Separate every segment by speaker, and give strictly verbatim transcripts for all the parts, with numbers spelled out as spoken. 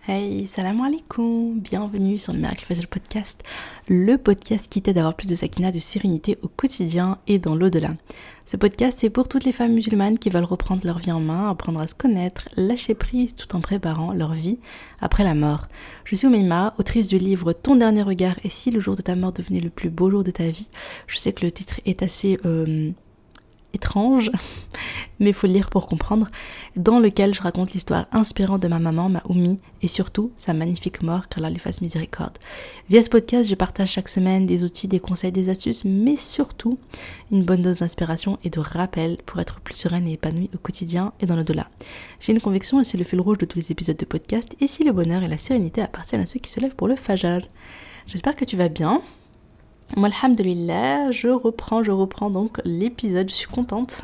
Speaker 1: Hey, salam alaikum, bienvenue sur le Miracle Fajr Podcast, le podcast qui t'aide à avoir plus de sakina, de sérénité au quotidien et dans l'au-delà. Ce podcast, c'est pour toutes les femmes musulmanes qui veulent reprendre leur vie en main, apprendre à se connaître, lâcher prise tout en préparant leur vie après la mort. Je suis Oumaima, autrice du livre Ton dernier regard et si le jour de ta mort devenait le plus beau jour de ta vie. Je sais que le titre est assez... Euh, étrange, mais il faut le lire pour comprendre, dans lequel je raconte l'histoire inspirante de ma maman, ma Oumi, et surtout sa magnifique mort, qu'Allah lui fasse miséricorde. Via ce podcast, je partage chaque semaine des outils, des conseils, des astuces, mais surtout une bonne dose d'inspiration et de rappel pour être plus sereine et épanouie au quotidien et dans l'au-delà. J'ai une conviction et c'est le fil rouge de tous les épisodes de podcast, et si le bonheur et la sérénité appartiennent à ceux qui se lèvent pour le fajr. J'espère que tu vas bien. Moi, alhamdoulilah, je reprends, je reprends donc l'épisode, je suis contente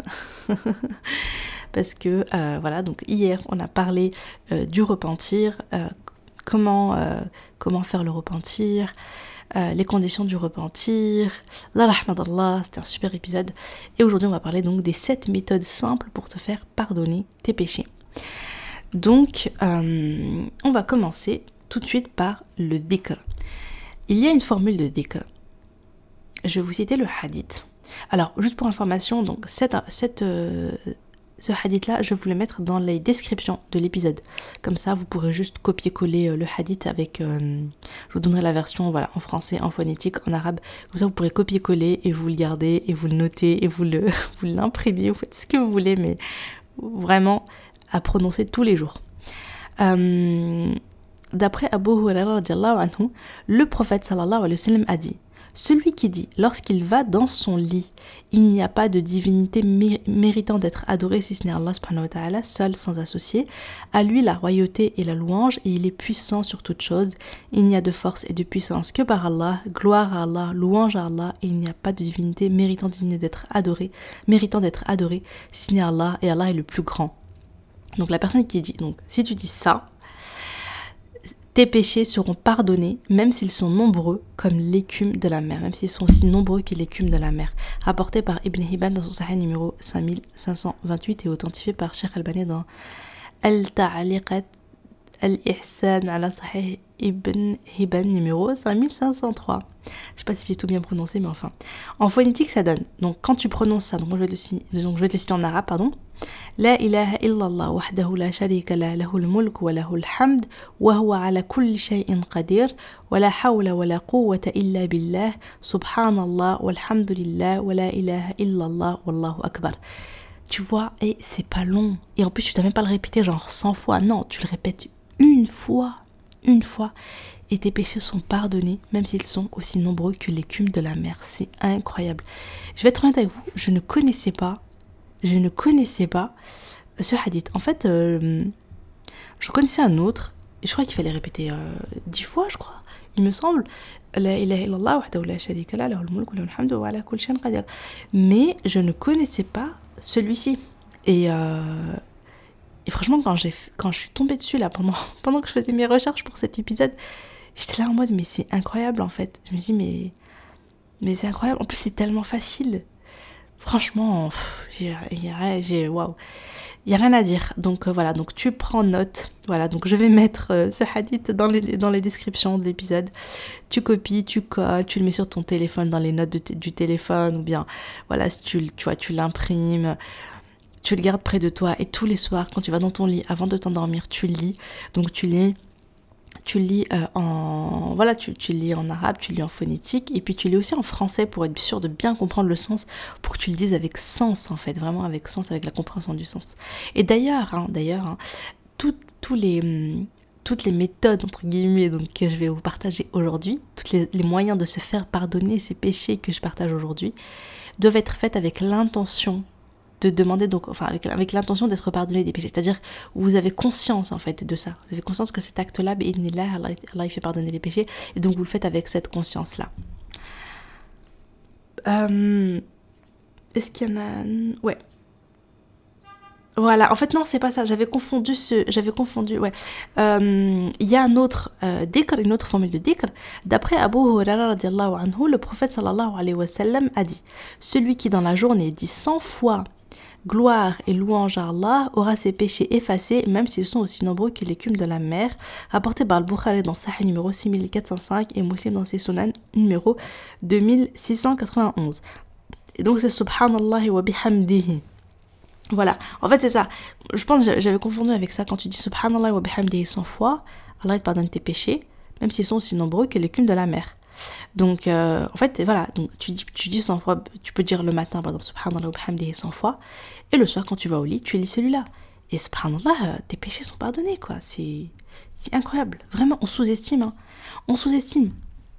Speaker 1: parce que euh, voilà, donc hier on a parlé euh, du repentir, euh, comment, euh, comment faire le repentir, euh, les conditions du repentir, la rahma d'Allah, c'était un super épisode et aujourd'hui on va parler donc des sept méthodes simples pour te faire pardonner tes péchés. Donc euh, on va commencer tout de suite par le dhikr. Il y a une formule de dhikr. Je vais vous citer le hadith. Alors, juste pour information, donc cette, cette, euh, ce hadith-là, je vais vous le mettre dans les descriptions de l'épisode. Comme ça, vous pourrez juste copier-coller euh, le hadith avec... Euh, je vous donnerai la version voilà, en français, en phonétique, en arabe. Comme ça, vous pourrez copier-coller et vous le garder, et vous le notez, et vous, le, vous l'imprimer. Vous faites ce que vous voulez, mais vraiment à prononcer tous les jours. Euh, d'après Abu Huraira, le prophète sallallahu alayhi wa sallam a dit: celui qui dit, lorsqu'il va dans son lit, il n'y a pas de divinité mé- méritant d'être adorée si ce n'est Allah subhanahu wa ta'ala, seul, sans associé, à lui la royauté et la louange, et il est puissant sur toute chose. Il n'y a de force et de puissance que par Allah, gloire à Allah, louange à Allah, et il n'y a pas de divinité méritant d'être adorée, méritant d'être adorée si ce n'est Allah, et Allah est le plus grand. Donc la personne qui dit, donc si tu dis ça, tes péchés seront pardonnés, même s'ils sont nombreux comme l'écume de la mer, même s'ils sont aussi nombreux que l'écume de la mer. Rapporté par Ibn Hibban dans son Sahih numéro cinq mille cinq cent vingt-huit et authentifié par Cheikh Albani dans Al-Ta'aliqat Al-Ihsan ala Sahih Ibn Hibban numéro cinq mille cinq cent trois. Je sais pas si j'ai tout bien prononcé, mais enfin. En phonétique, ça donne. Donc quand tu prononces ça, donc moi je vais te le, donc, je vais te le citer en arabe, pardon. La ilaha illallah wahdahu la sharika la lahul mulk wa lahul hamd wa huwa ala kulli shay'in qadir wa la hawla wa la quwwata illa billah subhanallah walhamdulillah wa la ilaha illallah wallahu akbar. Tu vois, et c'est pas long. Et en plus, tu dois même pas le répéter genre cent fois. Non, tu le répètes une fois, une fois. Et tes péchés sont pardonnés, même s'ils sont aussi nombreux que l'écume de la mer. C'est incroyable. Je vais être honnête avec vous, je ne connaissais pas, je ne connaissais pas ce hadith. En fait, euh, je connaissais un autre, et je crois qu'il fallait répéter euh, dix fois, je crois. Il me semble. La ilaha illallah wahdahu la sharika la lahul mulku wa lahul hamdu wa ala kulli shay'in qadir. Mais je ne connaissais pas celui-ci. Et, euh, et franchement, quand, j'ai, quand je suis tombée dessus, là, pendant, pendant que je faisais mes recherches pour cet épisode, j'étais là en mode, mais c'est incroyable en fait. Je me dis, mais, mais c'est incroyable. En plus, c'est tellement facile. Franchement, pff, j'ai, j'ai, j'ai, waouh. Il n'y a rien à dire. Donc euh, voilà, donc tu prends note. Voilà, donc je vais mettre euh, ce hadith dans les, dans les descriptions de l'épisode. Tu copies, tu colles, tu le mets sur ton téléphone, dans les notes de t- du téléphone, ou bien, voilà, si tu, tu vois, tu l'imprimes, tu le gardes près de toi, et tous les soirs, quand tu vas dans ton lit, avant de t'endormir, tu lis. Donc tu lis... Tu lis euh, en voilà, tu, tu lis en arabe, tu lis en phonétique, et puis tu lis aussi en français pour être sûr de bien comprendre le sens, pour que tu le dises avec sens en fait, vraiment avec sens, avec la compréhension du sens. Et d'ailleurs, hein, d'ailleurs, hein, tout, tous les, hum, toutes les méthodes entre guillemets donc que je vais vous partager aujourd'hui, tous les, les moyens de se faire pardonner ces péchés que je partage aujourd'hui, doivent être faites avec l'intention de demander donc enfin avec, avec l'intention d'être pardonné des péchés, c'est-à-dire vous avez conscience en fait de ça, vous avez conscience que cet acte-là, bi'idhnillah, Allah, Allah il fait pardonner les péchés, et donc vous le faites avec cette conscience-là. Euh, est-ce qu'il y en a... Ouais. Voilà, en fait non, c'est pas ça, j'avais confondu ce... J'avais confondu, ouais. Il euh, y a un autre euh, dhikr, une autre formule de dhikr. D'après Abu Huraira radiallahu anhu, le prophète sallallahu alayhi wa sallam a dit: celui qui dans la journée dit cent fois gloire et louange à Allah, aura ses péchés effacés, même s'ils sont aussi nombreux que l'écume de la mer. Rapporté par Al-Bukhari dans Sahih numéro six mille quatre cent cinq et Muslim dans ses Sunan numéro deux mille six cent quatre-vingt-onze. Et donc c'est Subhanallah wa bihamdihi. Voilà, en fait c'est ça. Je pense que j'avais confondu avec ça quand tu dis Subhanallah wa bihamdihi cent fois, Allah te pardonne tes péchés, même s'ils sont aussi nombreux que l'écume de la mer. Donc euh, en fait voilà, donc tu dis tu dis cent fois, tu peux dire le matin par exemple Subhanallah wa bihamdihi cent fois, et le soir quand tu vas au lit tu lis celui-là. Et Subhanallah, tes péchés sont pardonnés quoi. C'est c'est incroyable. Vraiment on sous-estime, hein. On sous-estime.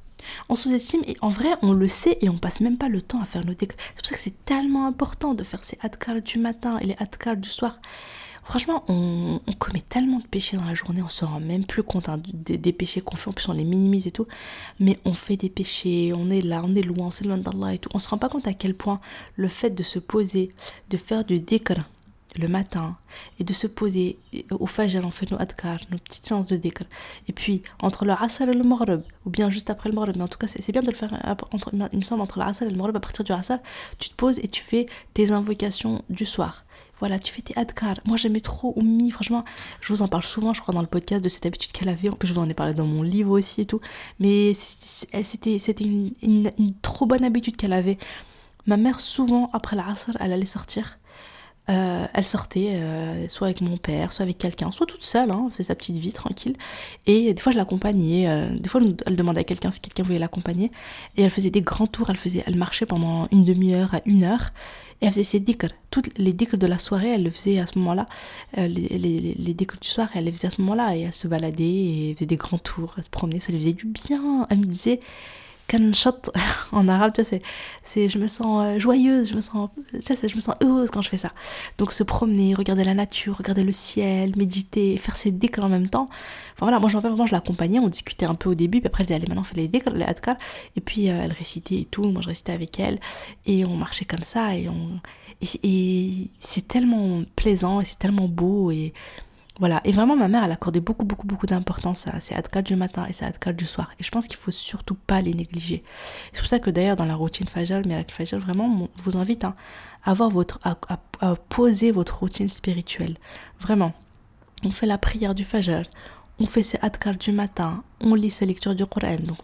Speaker 1: On sous-estime et en vrai on le sait et on passe même pas le temps à faire nos décors. C'est pour ça que c'est tellement important de faire ces adkar du matin et les adkar du soir. Franchement on, on commet tellement de péchés dans la journée, on se rend même plus compte hein, des, des péchés qu'on fait, en plus on les minimise et tout, mais on fait des péchés, on est là, on est loin, on s'éloigne d'Allah et tout, on se rend pas compte à quel point le fait de se poser, de faire du dhikr le matin et de se poser au fajr, on fait nos adkar, nos petites séances de dhikr, et puis entre le asr et le maghrib ou bien juste après le maghrib, mais en tout cas c'est, c'est bien de le faire entre, il me semble entre le asr et le maghrib. À partir du asr tu te poses et tu fais tes invocations du soir. Voilà, tu fais tes adkar. Moi j'aimais trop Oummi, franchement je vous en parle souvent je crois dans le podcast de cette habitude qu'elle avait, en plus je vous en ai parlé dans mon livre aussi et tout, mais c'était, c'était une, une, une trop bonne habitude qu'elle avait. Ma mère souvent après l'asr elle allait sortir. Euh, elle sortait euh, soit avec mon père, soit avec quelqu'un, soit toute seule, hein, elle faisait sa petite vie tranquille, et des fois je l'accompagnais, euh, des fois elle demandait à quelqu'un si quelqu'un voulait l'accompagner, et elle faisait des grands tours, elle, faisait, elle marchait pendant une demi-heure à une heure, et elle faisait ses dhikr, toutes les dhikr de la soirée elle le faisait à ce moment-là, euh, les, les, les dhikr du soir elle les faisait à ce moment-là, et elle se baladait, et elle faisait des grands tours, elle se promenait, ça lui faisait du bien. Elle me disait Kanchat en arabe, tu sais, c'est, c'est, je me sens joyeuse, je me sens, tu sais, je me sens heureuse quand je fais ça. Donc se promener, regarder la nature, regarder le ciel, méditer, faire ses dhikr en même temps. Enfin voilà, moi je me rappelle vraiment, je l'accompagnais, on discutait un peu au début, puis après elle disait allez maintenant on fait les dhikr, les adkar, et puis euh, elle récitait et tout, moi je récitais avec elle, et on marchait comme ça, et on, et, et c'est tellement plaisant, et c'est tellement beau, et voilà, et vraiment ma mère elle accordait beaucoup beaucoup beaucoup d'importance à ces adkar du matin et ces adkar du soir, et je pense qu'il faut surtout pas les négliger. C'est pour ça que d'ailleurs dans la routine Fajr, Miracle Fajr, vraiment je vous invite hein, à, avoir votre, à, à, à poser votre routine spirituelle. Vraiment, on fait la prière du Fajr, on fait ses adkar du matin, on lit ses lectures du Coran. Donc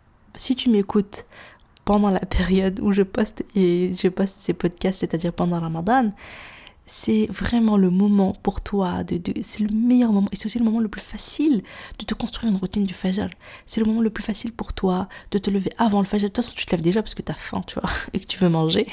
Speaker 1: si tu m'écoutes pendant la période où je poste et je poste ces podcasts, c'est-à-dire pendant Ramadan, c'est vraiment le moment pour toi, de, de, c'est le meilleur moment, et c'est aussi le moment le plus facile de te construire une routine du Fajr. C'est le moment le plus facile pour toi de te lever avant le Fajr. De toute façon tu te lèves déjà parce que tu as faim, tu vois, et que tu veux manger.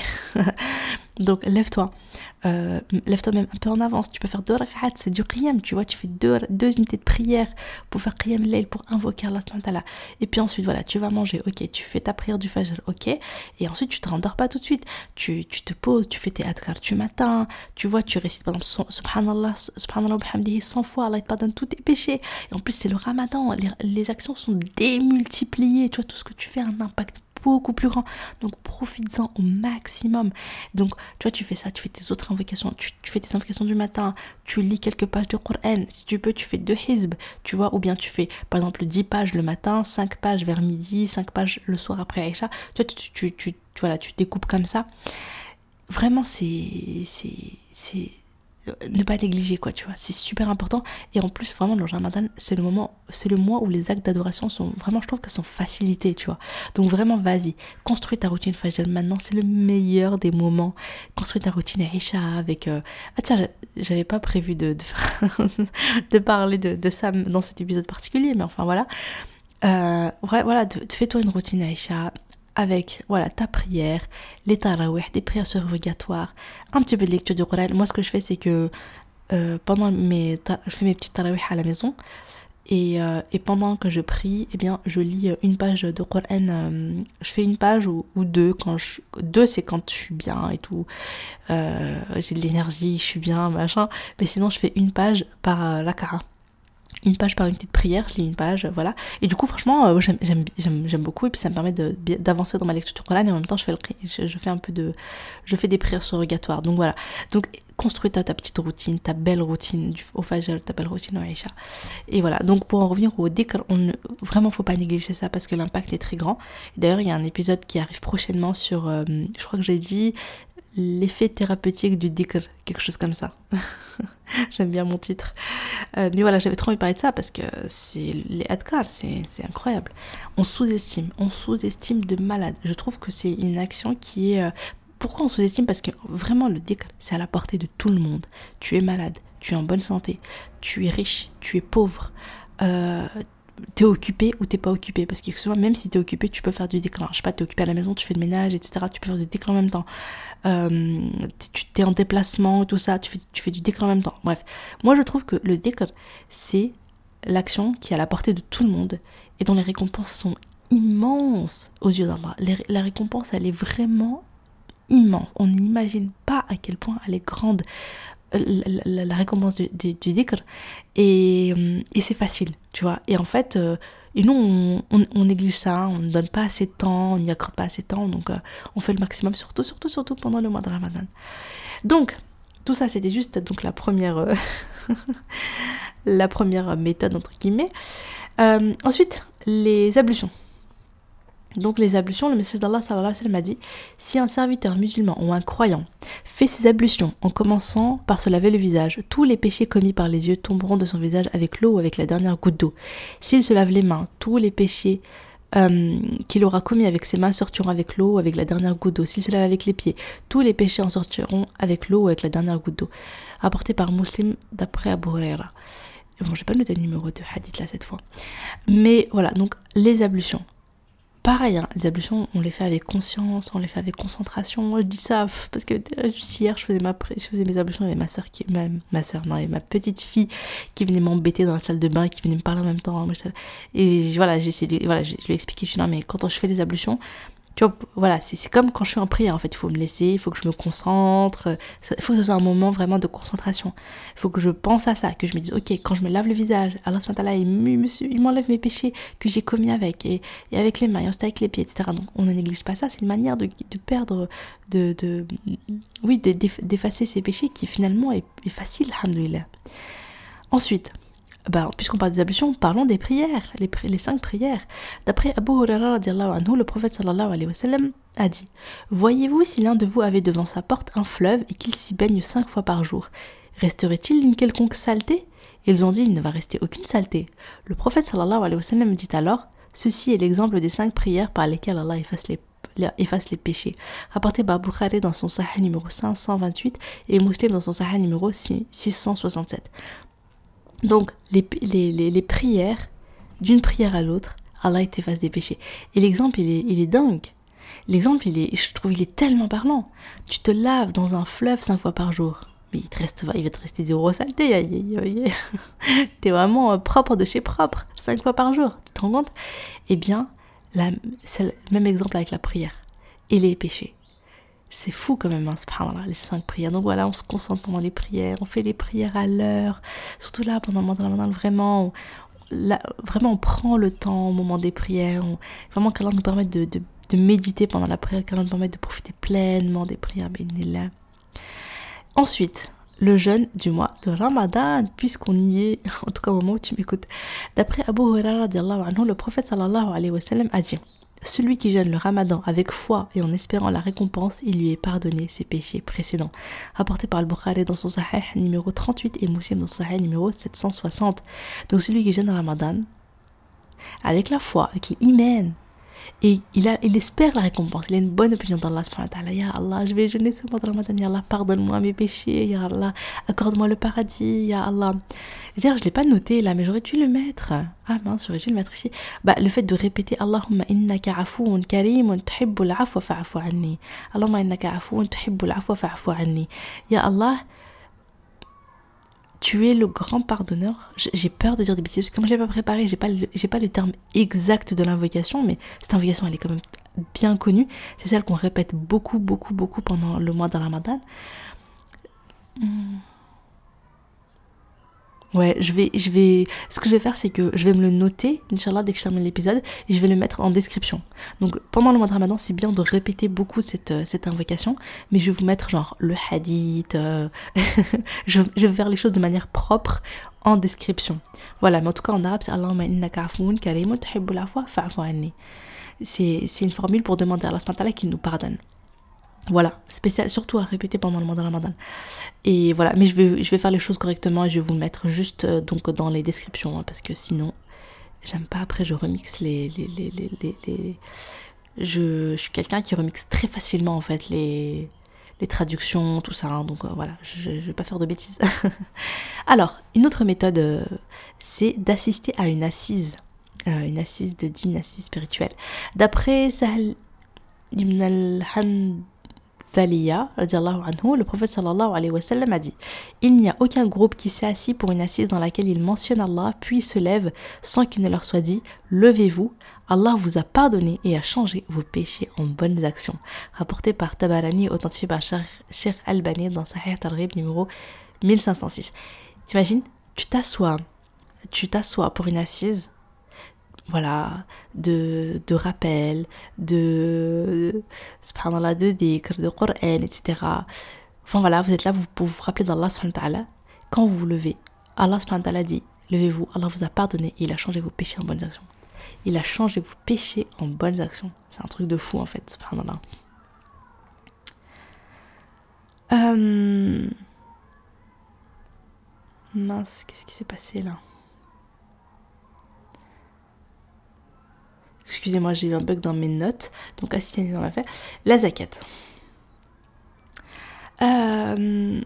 Speaker 1: Donc lève-toi, euh, lève-toi même un peu en avance, tu peux faire deux rak'at, c'est du qiyam, tu vois, tu fais deux, deux unités de prière pour faire qiyam layl, pour invoquer Allah subhanahu wa ta'ala. Et puis ensuite voilà, tu vas manger, ok, tu fais ta prière du Fajr, ok, et ensuite tu te rendors pas tout de suite, tu, tu te poses, tu fais tes adkar du matin, tu vois, tu récites par exemple subhanallah, subhanallah wa bihamdihi cent fois, Allah te pardonne tous tes péchés. Et en plus c'est le Ramadan, les, les actions sont démultipliées, tu vois, tout ce que tu fais a un impact beaucoup plus grand, donc profites-en au maximum. Donc tu vois, tu fais ça, tu fais tes autres invocations, tu, tu fais tes invocations du matin, tu lis quelques pages de Coran, si tu peux tu fais deux hizb, tu vois, ou bien tu fais par exemple dix pages le matin, cinq pages vers midi, cinq pages le soir après Aïcha, tu vois, tu, tu, tu, tu, voilà, tu découpes comme ça. Vraiment c'est c'est c'est ne pas négliger quoi, tu vois, c'est super important. Et en plus vraiment le Ramadan c'est le moment, c'est le mois où les actes d'adoration sont vraiment, je trouve qu'elles sont facilités, tu vois. Donc vraiment vas-y, construis ta routine Fajr maintenant, c'est le meilleur des moments. Construis ta routine Aïcha avec euh... ah tiens, j'avais pas prévu de de, de parler de, de ça dans cet épisode particulier, mais enfin voilà, euh, voilà, de, de fais-toi une routine Aïcha avec voilà ta prière, les tarawih, des prières surrogatoires, un petit peu de lecture du Coran. Moi ce que je fais c'est que euh, pendant mes ta- je fais mes petites tarawih à la maison, et, euh, et pendant que je prie, eh bien je lis une page de Coran, euh, je fais une page ou, ou deux, quand je, deux c'est quand je suis bien et tout, euh, j'ai de l'énergie, je suis bien machin, mais sinon je fais une page par euh, raka'a, une page par une petite prière, je lis une page, voilà. Et du coup, franchement, euh, j'aime, j'aime, j'aime, j'aime beaucoup, et puis ça me permet de, d'avancer dans ma lecture du Coran, et en même temps, je fais, le, je, je fais un peu de, je fais des prières surrogatoires. Donc voilà. Donc, construis ta, ta petite routine, ta belle routine du, au Fajr, ta belle routine au Aïcha. Et voilà. Donc, pour en revenir au dhikr, on ne, vraiment, faut pas négliger ça parce que l'impact est très grand. D'ailleurs, il y a un épisode qui arrive prochainement sur, euh, je crois que j'ai dit, l'effet thérapeutique du dhikr, quelque chose comme ça. J'aime bien mon titre. Euh, mais voilà, j'avais trop envie de parler de ça parce que c'est, les adkar, c'est, c'est incroyable. On sous-estime, on sous-estime de malade. Je trouve que c'est une action qui est... Euh, pourquoi on sous-estime? Parce que vraiment, le dhikr, c'est à la portée de tout le monde. Tu es malade, tu es en bonne santé, tu es riche, tu es pauvre, euh, t'es occupé ou t'es pas occupé, parce que souvent même si t'es occupé tu peux faire du dhikr, je sais pas, t'es occupé à la maison, tu fais le ménage, etc., tu peux faire du dhikr en même temps, euh, tu t'es en déplacement, tout ça, tu fais, tu fais du dhikr en même temps. Bref, moi je trouve que le dhikr c'est l'action qui est à la portée de tout le monde et dont les récompenses sont immenses aux yeux d'Allah. Les, la récompense elle est vraiment immense, on n'imagine pas à quel point elle est grande. La, la, la récompense du, du, du dhikr et, et c'est facile, tu vois, et en fait euh, et nous on, on, on néglige ça, on ne donne pas assez de temps, on n'y accorde pas assez de temps, donc euh, on fait le maximum, surtout surtout surtout pendant le mois de Ramadan. Donc tout ça c'était juste donc la première euh, la première méthode entre guillemets. Euh, ensuite les ablutions. Donc les ablutions, le message d'Allah sallallahu alayhi wa sallam a dit: si un serviteur musulman ou un croyant fait ses ablutions en commençant par se laver le visage, tous les péchés commis par les yeux tomberont de son visage avec l'eau ou avec la dernière goutte d'eau. S'il se lave les mains, tous les péchés euh, qu'il aura commis avec ses mains sortiront avec l'eau ou avec la dernière goutte d'eau. S'il se lave avec les pieds, tous les péchés en sortiront avec l'eau ou avec la dernière goutte d'eau. Rapporté par Muslim d'après Abu Huraira. Bon, j'ai pas noté le numéro de hadith là cette fois. Mais voilà, donc les ablutions. Pareil, hein, les ablutions, on les fait avec conscience, on les fait avec concentration. Moi, je dis ça parce que euh, juste hier, je faisais, ma, je faisais mes ablutions avec ma soeur, qui, ma, ma soeur, non, et ma petite fille qui venait m'embêter dans la salle de bain, qui venait me parler en même temps. Et voilà, j'ai essayé de, voilà, je, je lui ai expliqué, je dis non, mais quand je fais les ablutions, tu vois, voilà, c'est, c'est comme quand je suis en prière, en fait, il faut me laisser, il faut que je me concentre, il faut que ce soit un moment vraiment de concentration. Il faut que je pense à ça, que je me dise, ok, quand je me lave le visage, Allah subhanahu wa ta'ala, il, il m'enlève mes péchés que j'ai commis avec, et, et avec les mains, et ensuite avec les pieds, et cetera. Donc, on ne néglige pas ça, c'est une manière de, de perdre, de, de, oui, de, d'effacer ces péchés qui finalement est, est facile, alhamdoulilah. Ensuite, bah, puisqu'on parle des ablutions, parlons des prières, les, pri- les cinq prières. D'après Abu Huraira radiallahu anhu, le prophète sallallahu alayhi wa sallam a dit: voyez-vous si l'un de vous avait devant sa porte un fleuve et qu'il s'y baigne cinq fois par jour, resterait-il une quelconque saleté? Ils ont dit: il ne va rester aucune saleté. Le prophète sallallahu alayhi wa sallam dit alors: ceci est l'exemple des cinq prières par lesquelles Allah efface les efface les péchés. Rapporté par Bukhari dans son Sahih numéro cinq cent vingt-huit et Muslim dans son Sahih numéro six cent soixante-sept. Donc, les, les, les, les prières, d'une prière à l'autre, Allah t'efface des péchés. Et l'exemple, il est, il est dingue. L'exemple, il est, je trouve, il est tellement parlant. Tu te laves dans un fleuve cinq fois par jour. Mais il, te reste, il va te rester zéro saleté. T'es vraiment propre de chez propre, cinq fois par jour. Tu te rends compte? Eh bien, la, c'est le même exemple avec la prière et les péchés. C'est fou quand même, hein, subhanallah, les cinq prières. Donc voilà, on se concentre pendant les prières, on fait les prières à l'heure. Surtout là, pendant le mois de Ramadan, vraiment, on, là, vraiment, on prend le temps au moment des prières. On, vraiment, qu'Allah nous permette de, de, de méditer pendant la prière, qu'Allah nous permette de profiter pleinement des prières. Bénillah. Ensuite, le jeûne du mois de Ramadan, puisqu'on y est, en tout cas au moment où tu m'écoutes. D'après Abu Huraira radiallahu anhu, le prophète sallallahu alayhi wa sallam a dit: celui qui jeûne le Ramadan avec foi et en espérant la récompense, il lui est pardonné ses péchés précédents. Rapporté par Al-Bukhari dans son Sahih numéro trente-huit et Muslim dans son Sahih numéro sept cent soixante. Donc celui qui jeûne le Ramadan avec la foi, avec l'iman, et il, a, il espère la récompense, il a une bonne opinion d'Allah subhanahu wa ta'ala. Ya Allah, je vais jeûner ce mois de Ramadan, Ya Allah, pardonne-moi mes péchés, Ya Allah, accorde-moi le paradis, Ya Allah. Dire, je ne l'ai pas noté là, mais j'aurais dû le mettre. Ah mince, j'aurais dû le mettre ici. Bah, le fait de répéter Allahumma innaka afoun karim tuhibbul afwa fa'fu anni. Allahumma innaka afoun tuhibbul afwa fa'fu anni. Ya Allah, tu es le grand pardonneur. J'ai peur de dire des bêtises, parce que comme je l'ai pas préparé, j'ai pas le, j'ai pas le terme exact de l'invocation, mais cette invocation, elle est quand même bien connue. C'est celle qu'on répète beaucoup, beaucoup, beaucoup pendant le mois de Ramadan. Hmm. Ouais, je vais, je vais, ce que je vais faire, c'est que je vais me le noter, Inch'Allah, dès que je termine l'épisode, et je vais le mettre en description. Donc, pendant le mois de Ramadan, c'est bien de répéter beaucoup cette, cette invocation, mais je vais vous mettre genre le hadith, euh, je, je vais faire les choses de manière propre en description. Voilà, mais en tout cas en arabe, c'est Allahumma innaka afoun karimun tuhibbul afwa fa'fu anni. C'est, c'est une formule pour demander à Allah subhanahu wa ta'ala qu'il nous pardonne. Voilà, spécial, surtout à répéter pendant le mois de Ramadan. Et voilà, mais je vais, je vais faire les choses correctement et je vais vous le mettre juste euh, donc dans les descriptions, hein, parce que sinon, j'aime pas, après je remixe les... les, les, les, les, les... Je, je suis quelqu'un qui remixe très facilement en fait les, les traductions, tout ça, hein, donc euh, voilà, je, je vais pas faire de bêtises. Alors, une autre méthode, euh, c'est d'assister à une assise, euh, une assise de dîne, une assise spirituelle. D'après Sahl ibn al-Han Thaliya, anhu, le prophète sallallahu alayhi wa sallam a dit: il n'y a aucun groupe qui s'est assis pour une assise dans laquelle il mentionne Allah, puis se lève sans qu'il ne leur soit dit: levez-vous, Allah vous a pardonné et a changé vos péchés en bonnes actions. Rapporté par Tabarani, authentifié par Cheikh Albani dans Sahih Targhib numéro mille cinq cent six. T'imagines, tu t'assois, tu t'assois pour une assise, voilà, de, de rappel, de, subhanallah, de dhikr, de Qur'an, et cetera. Enfin voilà, vous êtes là, vous, pour vous rappeler d'Allah subhanahu wa ta'ala. Quand vous vous levez, Allah subhanahu wa ta'ala dit: levez-vous, Allah vous a pardonné et il a changé vos péchés en bonnes actions. Il a changé vos péchés en bonnes actions. C'est un truc de fou en fait, subhanallah. Euh... Mince, qu'est-ce qui s'est passé là? Excusez-moi, j'ai eu un bug dans mes notes. Donc, assistez on l'a fait. La zakat. Euh,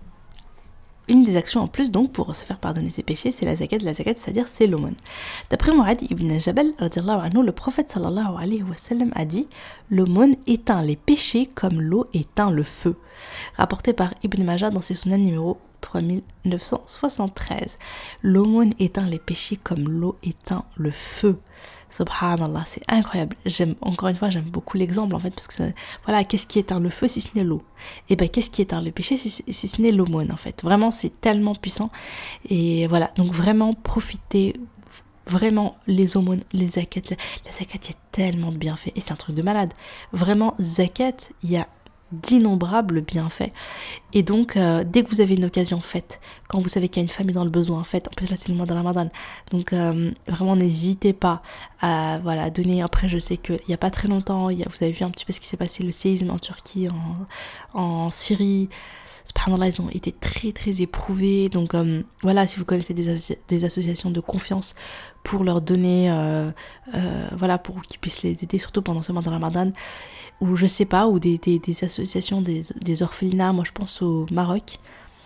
Speaker 1: une des actions en plus, donc, pour se faire pardonner ses péchés, c'est la zakat. La zakat, c'est-à-dire, c'est l'aumône. D'après Mu'adh ibn Jabal, anhu, le prophète sallallahu alayhi wa sallam a dit: l'aumône éteint les péchés comme l'eau éteint le feu. Rapporté par Ibn Majah dans ses Sunan numéro trois mille neuf cent soixante-treize. L'aumône éteint les péchés comme l'eau éteint le feu. Subhanallah, c'est incroyable. J'aime, encore une fois, j'aime beaucoup l'exemple en fait, parce que ça, voilà, qu'est-ce qui éteint le feu si ce n'est l'eau? Et ben, qu'est-ce qui éteint le péché si, si ce n'est l'aumône en fait? Vraiment, c'est tellement puissant. Et voilà, donc vraiment profitez, vraiment les aumônes, les zakats. La, la zakat, il y a tellement de bienfaits et c'est un truc de malade. Vraiment, zakat, il y a d'innombrables bienfaits. Et donc, euh, dès que vous avez une occasion faite, quand vous savez qu'il y a une famille dans le besoin faite, en plus là c'est le mois de Ramadan, donc euh, vraiment n'hésitez pas à voilà, donner. Après, je sais qu'il n'y a pas très longtemps, il y a, vous avez vu un petit peu ce qui s'est passé, le séisme en Turquie, en, en Syrie. Subhanallah, ils ont été très très éprouvés. Donc euh, voilà, si vous connaissez des, associ- des associations de confiance pour leur donner, euh, euh, voilà, pour qu'ils puissent les aider, surtout pendant ce mois de Ramadan, ou je sais pas, ou des, des, des associations, des, des orphelinats, moi je pense au Maroc,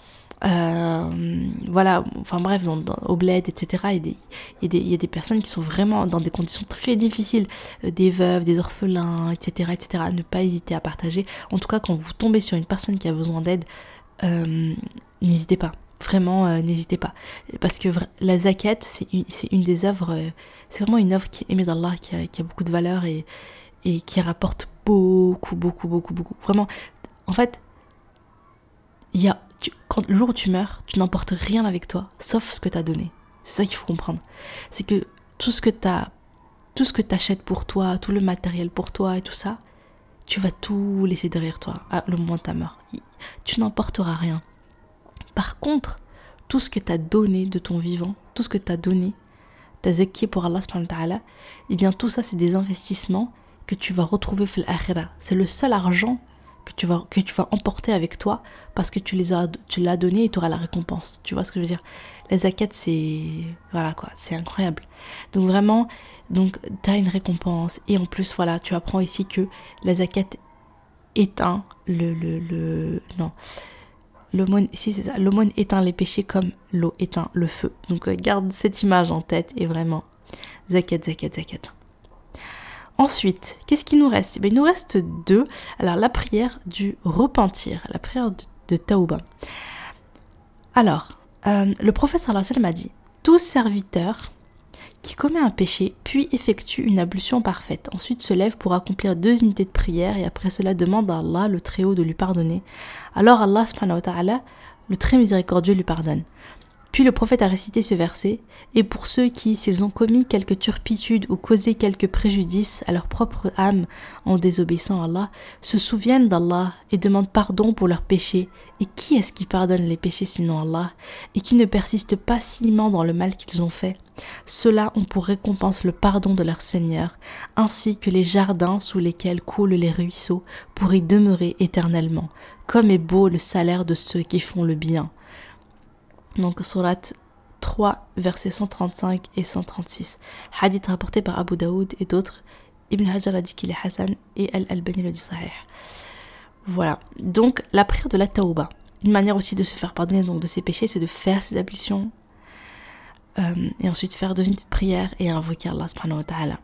Speaker 1: euh, voilà, enfin bref, dans, dans, au bled, et cetera. Il y, a des, il, y a des, il y a des personnes qui sont vraiment dans des conditions très difficiles, euh, des veuves, des orphelins, et cetera, et cetera. Ne pas hésiter à partager. En tout cas, quand vous tombez sur une personne qui a besoin d'aide, euh, n'hésitez pas. Vraiment, euh, n'hésitez pas. Parce que la zakat, c'est une, c'est une des œuvres, euh, c'est vraiment une œuvre qui est aimée d'Allah, qui a, qui a beaucoup de valeur et, et qui rapporte beaucoup, beaucoup, beaucoup, beaucoup. Vraiment, en fait, il y a, tu, quand, le jour où tu meurs, tu n'emportes rien avec toi, sauf ce que tu as donné. C'est ça qu'il faut comprendre. C'est que tout ce que tu as, tout ce que tu achètes pour toi, tout le matériel pour toi et tout ça, tu vas tout laisser derrière toi le moment de ta mort. Tu n'emporteras rien. Par contre, tout ce que tu as donné de ton vivant, tout ce que tu as donné, ta zakki pour Allah subhanahu wa ta'ala, eh bien tout ça c'est des investissements que tu vas retrouver fil akhira. C'est le seul argent que tu vas que tu vas emporter avec toi parce que tu les as tu l'as donné et tu auras la récompense. Tu vois ce que je veux dire? La zakat, c'est voilà quoi, c'est incroyable. Donc vraiment, donc tu as une récompense et en plus voilà, tu apprends ici que la zakat éteint le le le non. L'aumône, si c'est ça, l'aumône éteint les péchés comme l'eau éteint le feu. Donc garde cette image en tête et vraiment zakat, zakat, zakat. Ensuite, qu'est-ce qu'il nous reste? Ben, il nous reste deux. Alors, la prière du repentir, la prière de, de Taouba. Alors, euh, le prophète sallallahu alayhi wa sallam a dit: tout serviteur qui commet un péché, puis effectue une ablution parfaite, ensuite se lève pour accomplir deux unités de prière et après cela demande à Allah, le Très-Haut, de lui pardonner. Alors Allah, subhanahu wa ta'ala, le Très Miséricordieux, lui pardonne. Puis le prophète a récité ce verset, et pour ceux qui, s'ils ont commis quelque turpitude ou causé quelque préjudice à leur propre âme en désobéissant à Allah, se souviennent d'Allah et demandent pardon pour leurs péchés. Et qui est-ce qui pardonne les péchés sinon Allah, et qui ne persiste pas sciemment dans le mal qu'ils ont fait? Ceux-là ont pour récompense le pardon de leur Seigneur, ainsi que les jardins sous lesquels coulent les ruisseaux pour y demeurer éternellement. Comme est beau le salaire de ceux qui font le bien. Donc, sourate trois, versets cent trente-cinq et cent trente-six. Hadith rapporté par Abu Daoud et d'autres. Ibn Hajar a dit qu'il est Hassan et Al-Albani le dit Sahih. Voilà. Donc, la prière de la Tawba. Une manière aussi de se faire pardonner donc, de ses péchés, c'est de faire ses ablutions euh, et ensuite faire deux petites prières et invoquer Allah subhanahu wa ta'ala.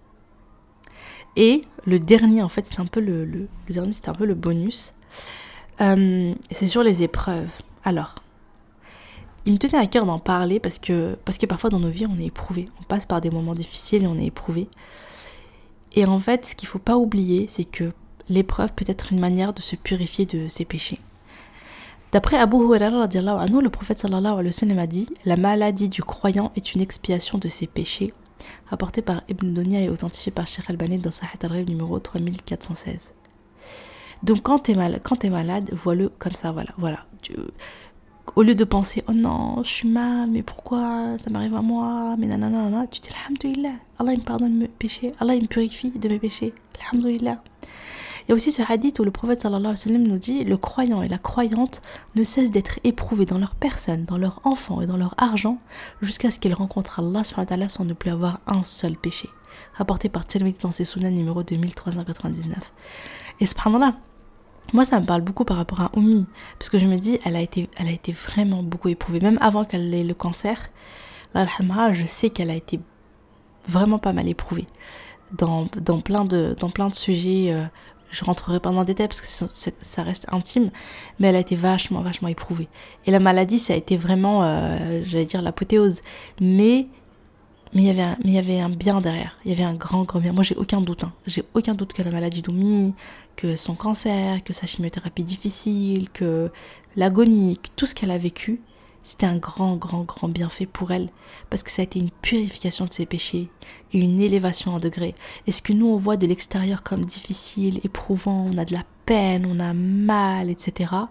Speaker 1: Et le dernier, en fait, c'est un peu le, le, le dernier, c'est un peu le bonus. Euh, c'est sur les épreuves. Alors, il me tenait à cœur d'en parler parce que, parce que parfois dans nos vies on est éprouvé, on passe par des moments difficiles et on est éprouvé. Et en fait, ce qu'il ne faut pas oublier, c'est que l'épreuve peut être une manière de se purifier de ses péchés. D'après Abu Huraira radiyallahu anhu, le prophète sallallahu alayhi wa sallam a dit: la maladie du croyant est une expiation de ses péchés, rapporté par Ibn Dunya et authentifié par Sheikh Al-Bani dans Sahih Al-Rib numéro trois mille quatre cent seize. Donc quand tu es malade, quand tu es malade, vois-le comme ça, voilà, voilà. Tu, Au lieu de penser, oh non, je suis mal, mais pourquoi ça m'arrive à moi, mais nanana, nanana, tu dis, alhamdoulilah, Allah il me pardonne mes péchés, Allah il me purifie de mes péchés, alhamdoulilah. Il y a aussi ce hadith où le prophète sallallahu alayhi wa sallam nous dit, le croyant et la croyante ne cessent d'être éprouvés dans leur personne, dans leur enfant et dans leur argent, jusqu'à ce qu'ils rencontrent Allah subhanahu wa ta'ala sans ne plus avoir un seul péché. Rapporté par Tirmidhi dans ses Sunan numéro deux mille trois cent quatre-vingt-dix-neuf. Et subhanallah, moi, ça me parle beaucoup par rapport à Oumi, parce que je me dis, elle a été, elle a été vraiment beaucoup éprouvée. Même avant qu'elle ait le cancer, l'alhamha, je sais qu'elle a été vraiment pas mal éprouvée. Dans, dans, plein, de, dans plein de sujets, euh, je rentrerai pas dans les détails parce que c'est, c'est, ça reste intime, mais elle a été vachement, vachement éprouvée. Et la maladie, ça a été vraiment, euh, j'allais dire, l'apothéose. Mais... Mais il, y avait un, mais il y avait un bien derrière, il y avait un grand, grand bien. Moi, j'ai aucun doute, hein. J'ai aucun doute que la maladie d'Oumi, que son cancer, que sa chimiothérapie difficile, que l'agonie, que tout ce qu'elle a vécu, c'était un grand, grand, grand bienfait pour elle. Parce que ça a été une purification de ses péchés et une élévation en degrés. Et ce que nous, on voit de l'extérieur comme difficile, éprouvant, on a de la peine, on a mal, et cetera.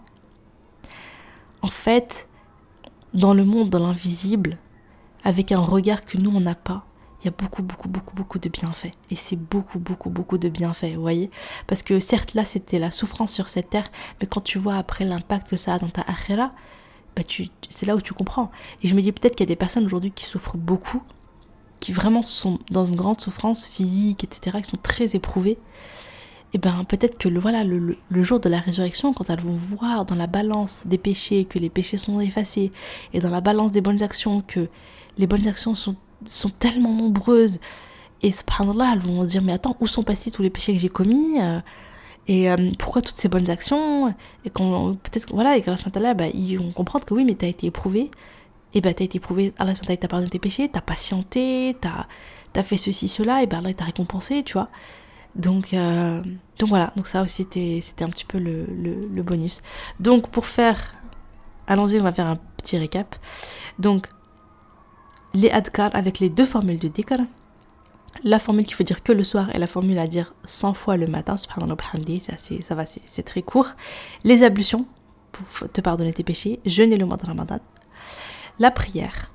Speaker 1: En fait, dans le monde, dans l'invisible, avec un regard que nous on n'a pas, il y a beaucoup beaucoup beaucoup beaucoup de bienfaits, et c'est beaucoup beaucoup beaucoup de bienfaits, vous voyez, parce que certes là c'était la souffrance sur cette terre, mais quand tu vois après l'impact que ça a dans ta akhira, bah tu, c'est là où tu comprends. Et je me dis peut-être qu'il y a des personnes aujourd'hui qui souffrent beaucoup, qui vraiment sont dans une grande souffrance physique, et cetera, qui sont très éprouvées. Et ben peut-être que le, voilà, le, le, le jour de la résurrection, quand elles vont voir dans la balance des péchés que les péchés sont effacés, et dans la balance des bonnes actions que les bonnes actions sont, sont tellement nombreuses, et subhanallah, elles vont se dire, mais attends, où sont passés tous les péchés que j'ai commis, euh, et euh, pourquoi toutes ces bonnes actions, et qu'on, peut-être, voilà, et qu'Allah subhanahu wa ta'ala, bah, ils vont comprendre que oui, mais t'as été éprouvé, et bah t'as été éprouvé, Allah subhanahu wa ta'ala t'a pardonné tes péchés, t'as patienté, t'as, t'as fait ceci, cela, et bah Allah t'a récompensé, tu vois. Donc, euh, donc voilà, donc ça aussi c'était, c'était un petit peu le, le, le bonus. Donc pour faire, allons-y, on va faire un petit récap. Donc les adkar avec les deux formules de dhikr, la formule qu'il faut dire que le soir et la formule à dire cent fois le matin, subhanallah bihamdi, ça, c'est, ça va, c'est, c'est très court. Les ablutions pour te pardonner tes péchés, jeûner le mois de Ramadan, la prière,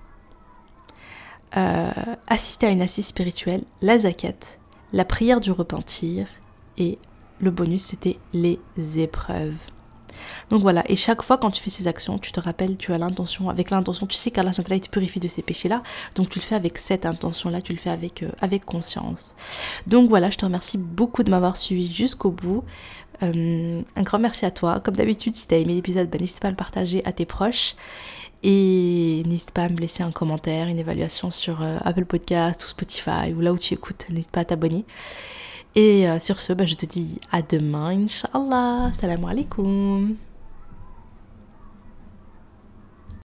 Speaker 1: euh, assister à une assise spirituelle, la zakat, la prière du repentir, et le bonus c'était les épreuves. Donc voilà, et chaque fois quand tu fais ces actions, tu te rappelles, tu as l'intention, avec l'intention, tu sais qu'Allah te purifie de ces péchés-là, donc tu le fais avec cette intention-là, tu le fais avec, euh, avec conscience. Donc voilà, je te remercie beaucoup de m'avoir suivi jusqu'au bout. Euh, un grand merci à toi. Comme d'habitude, si tu as aimé l'épisode, ben, n'hésite pas à le partager à tes proches. Et n'hésite pas à me laisser un commentaire, une évaluation sur euh, Apple Podcast ou Spotify ou là où tu écoutes. N'hésite pas à t'abonner. Et euh, sur ce, bah, je te dis à demain, Inch'Allah. Salam alaikum.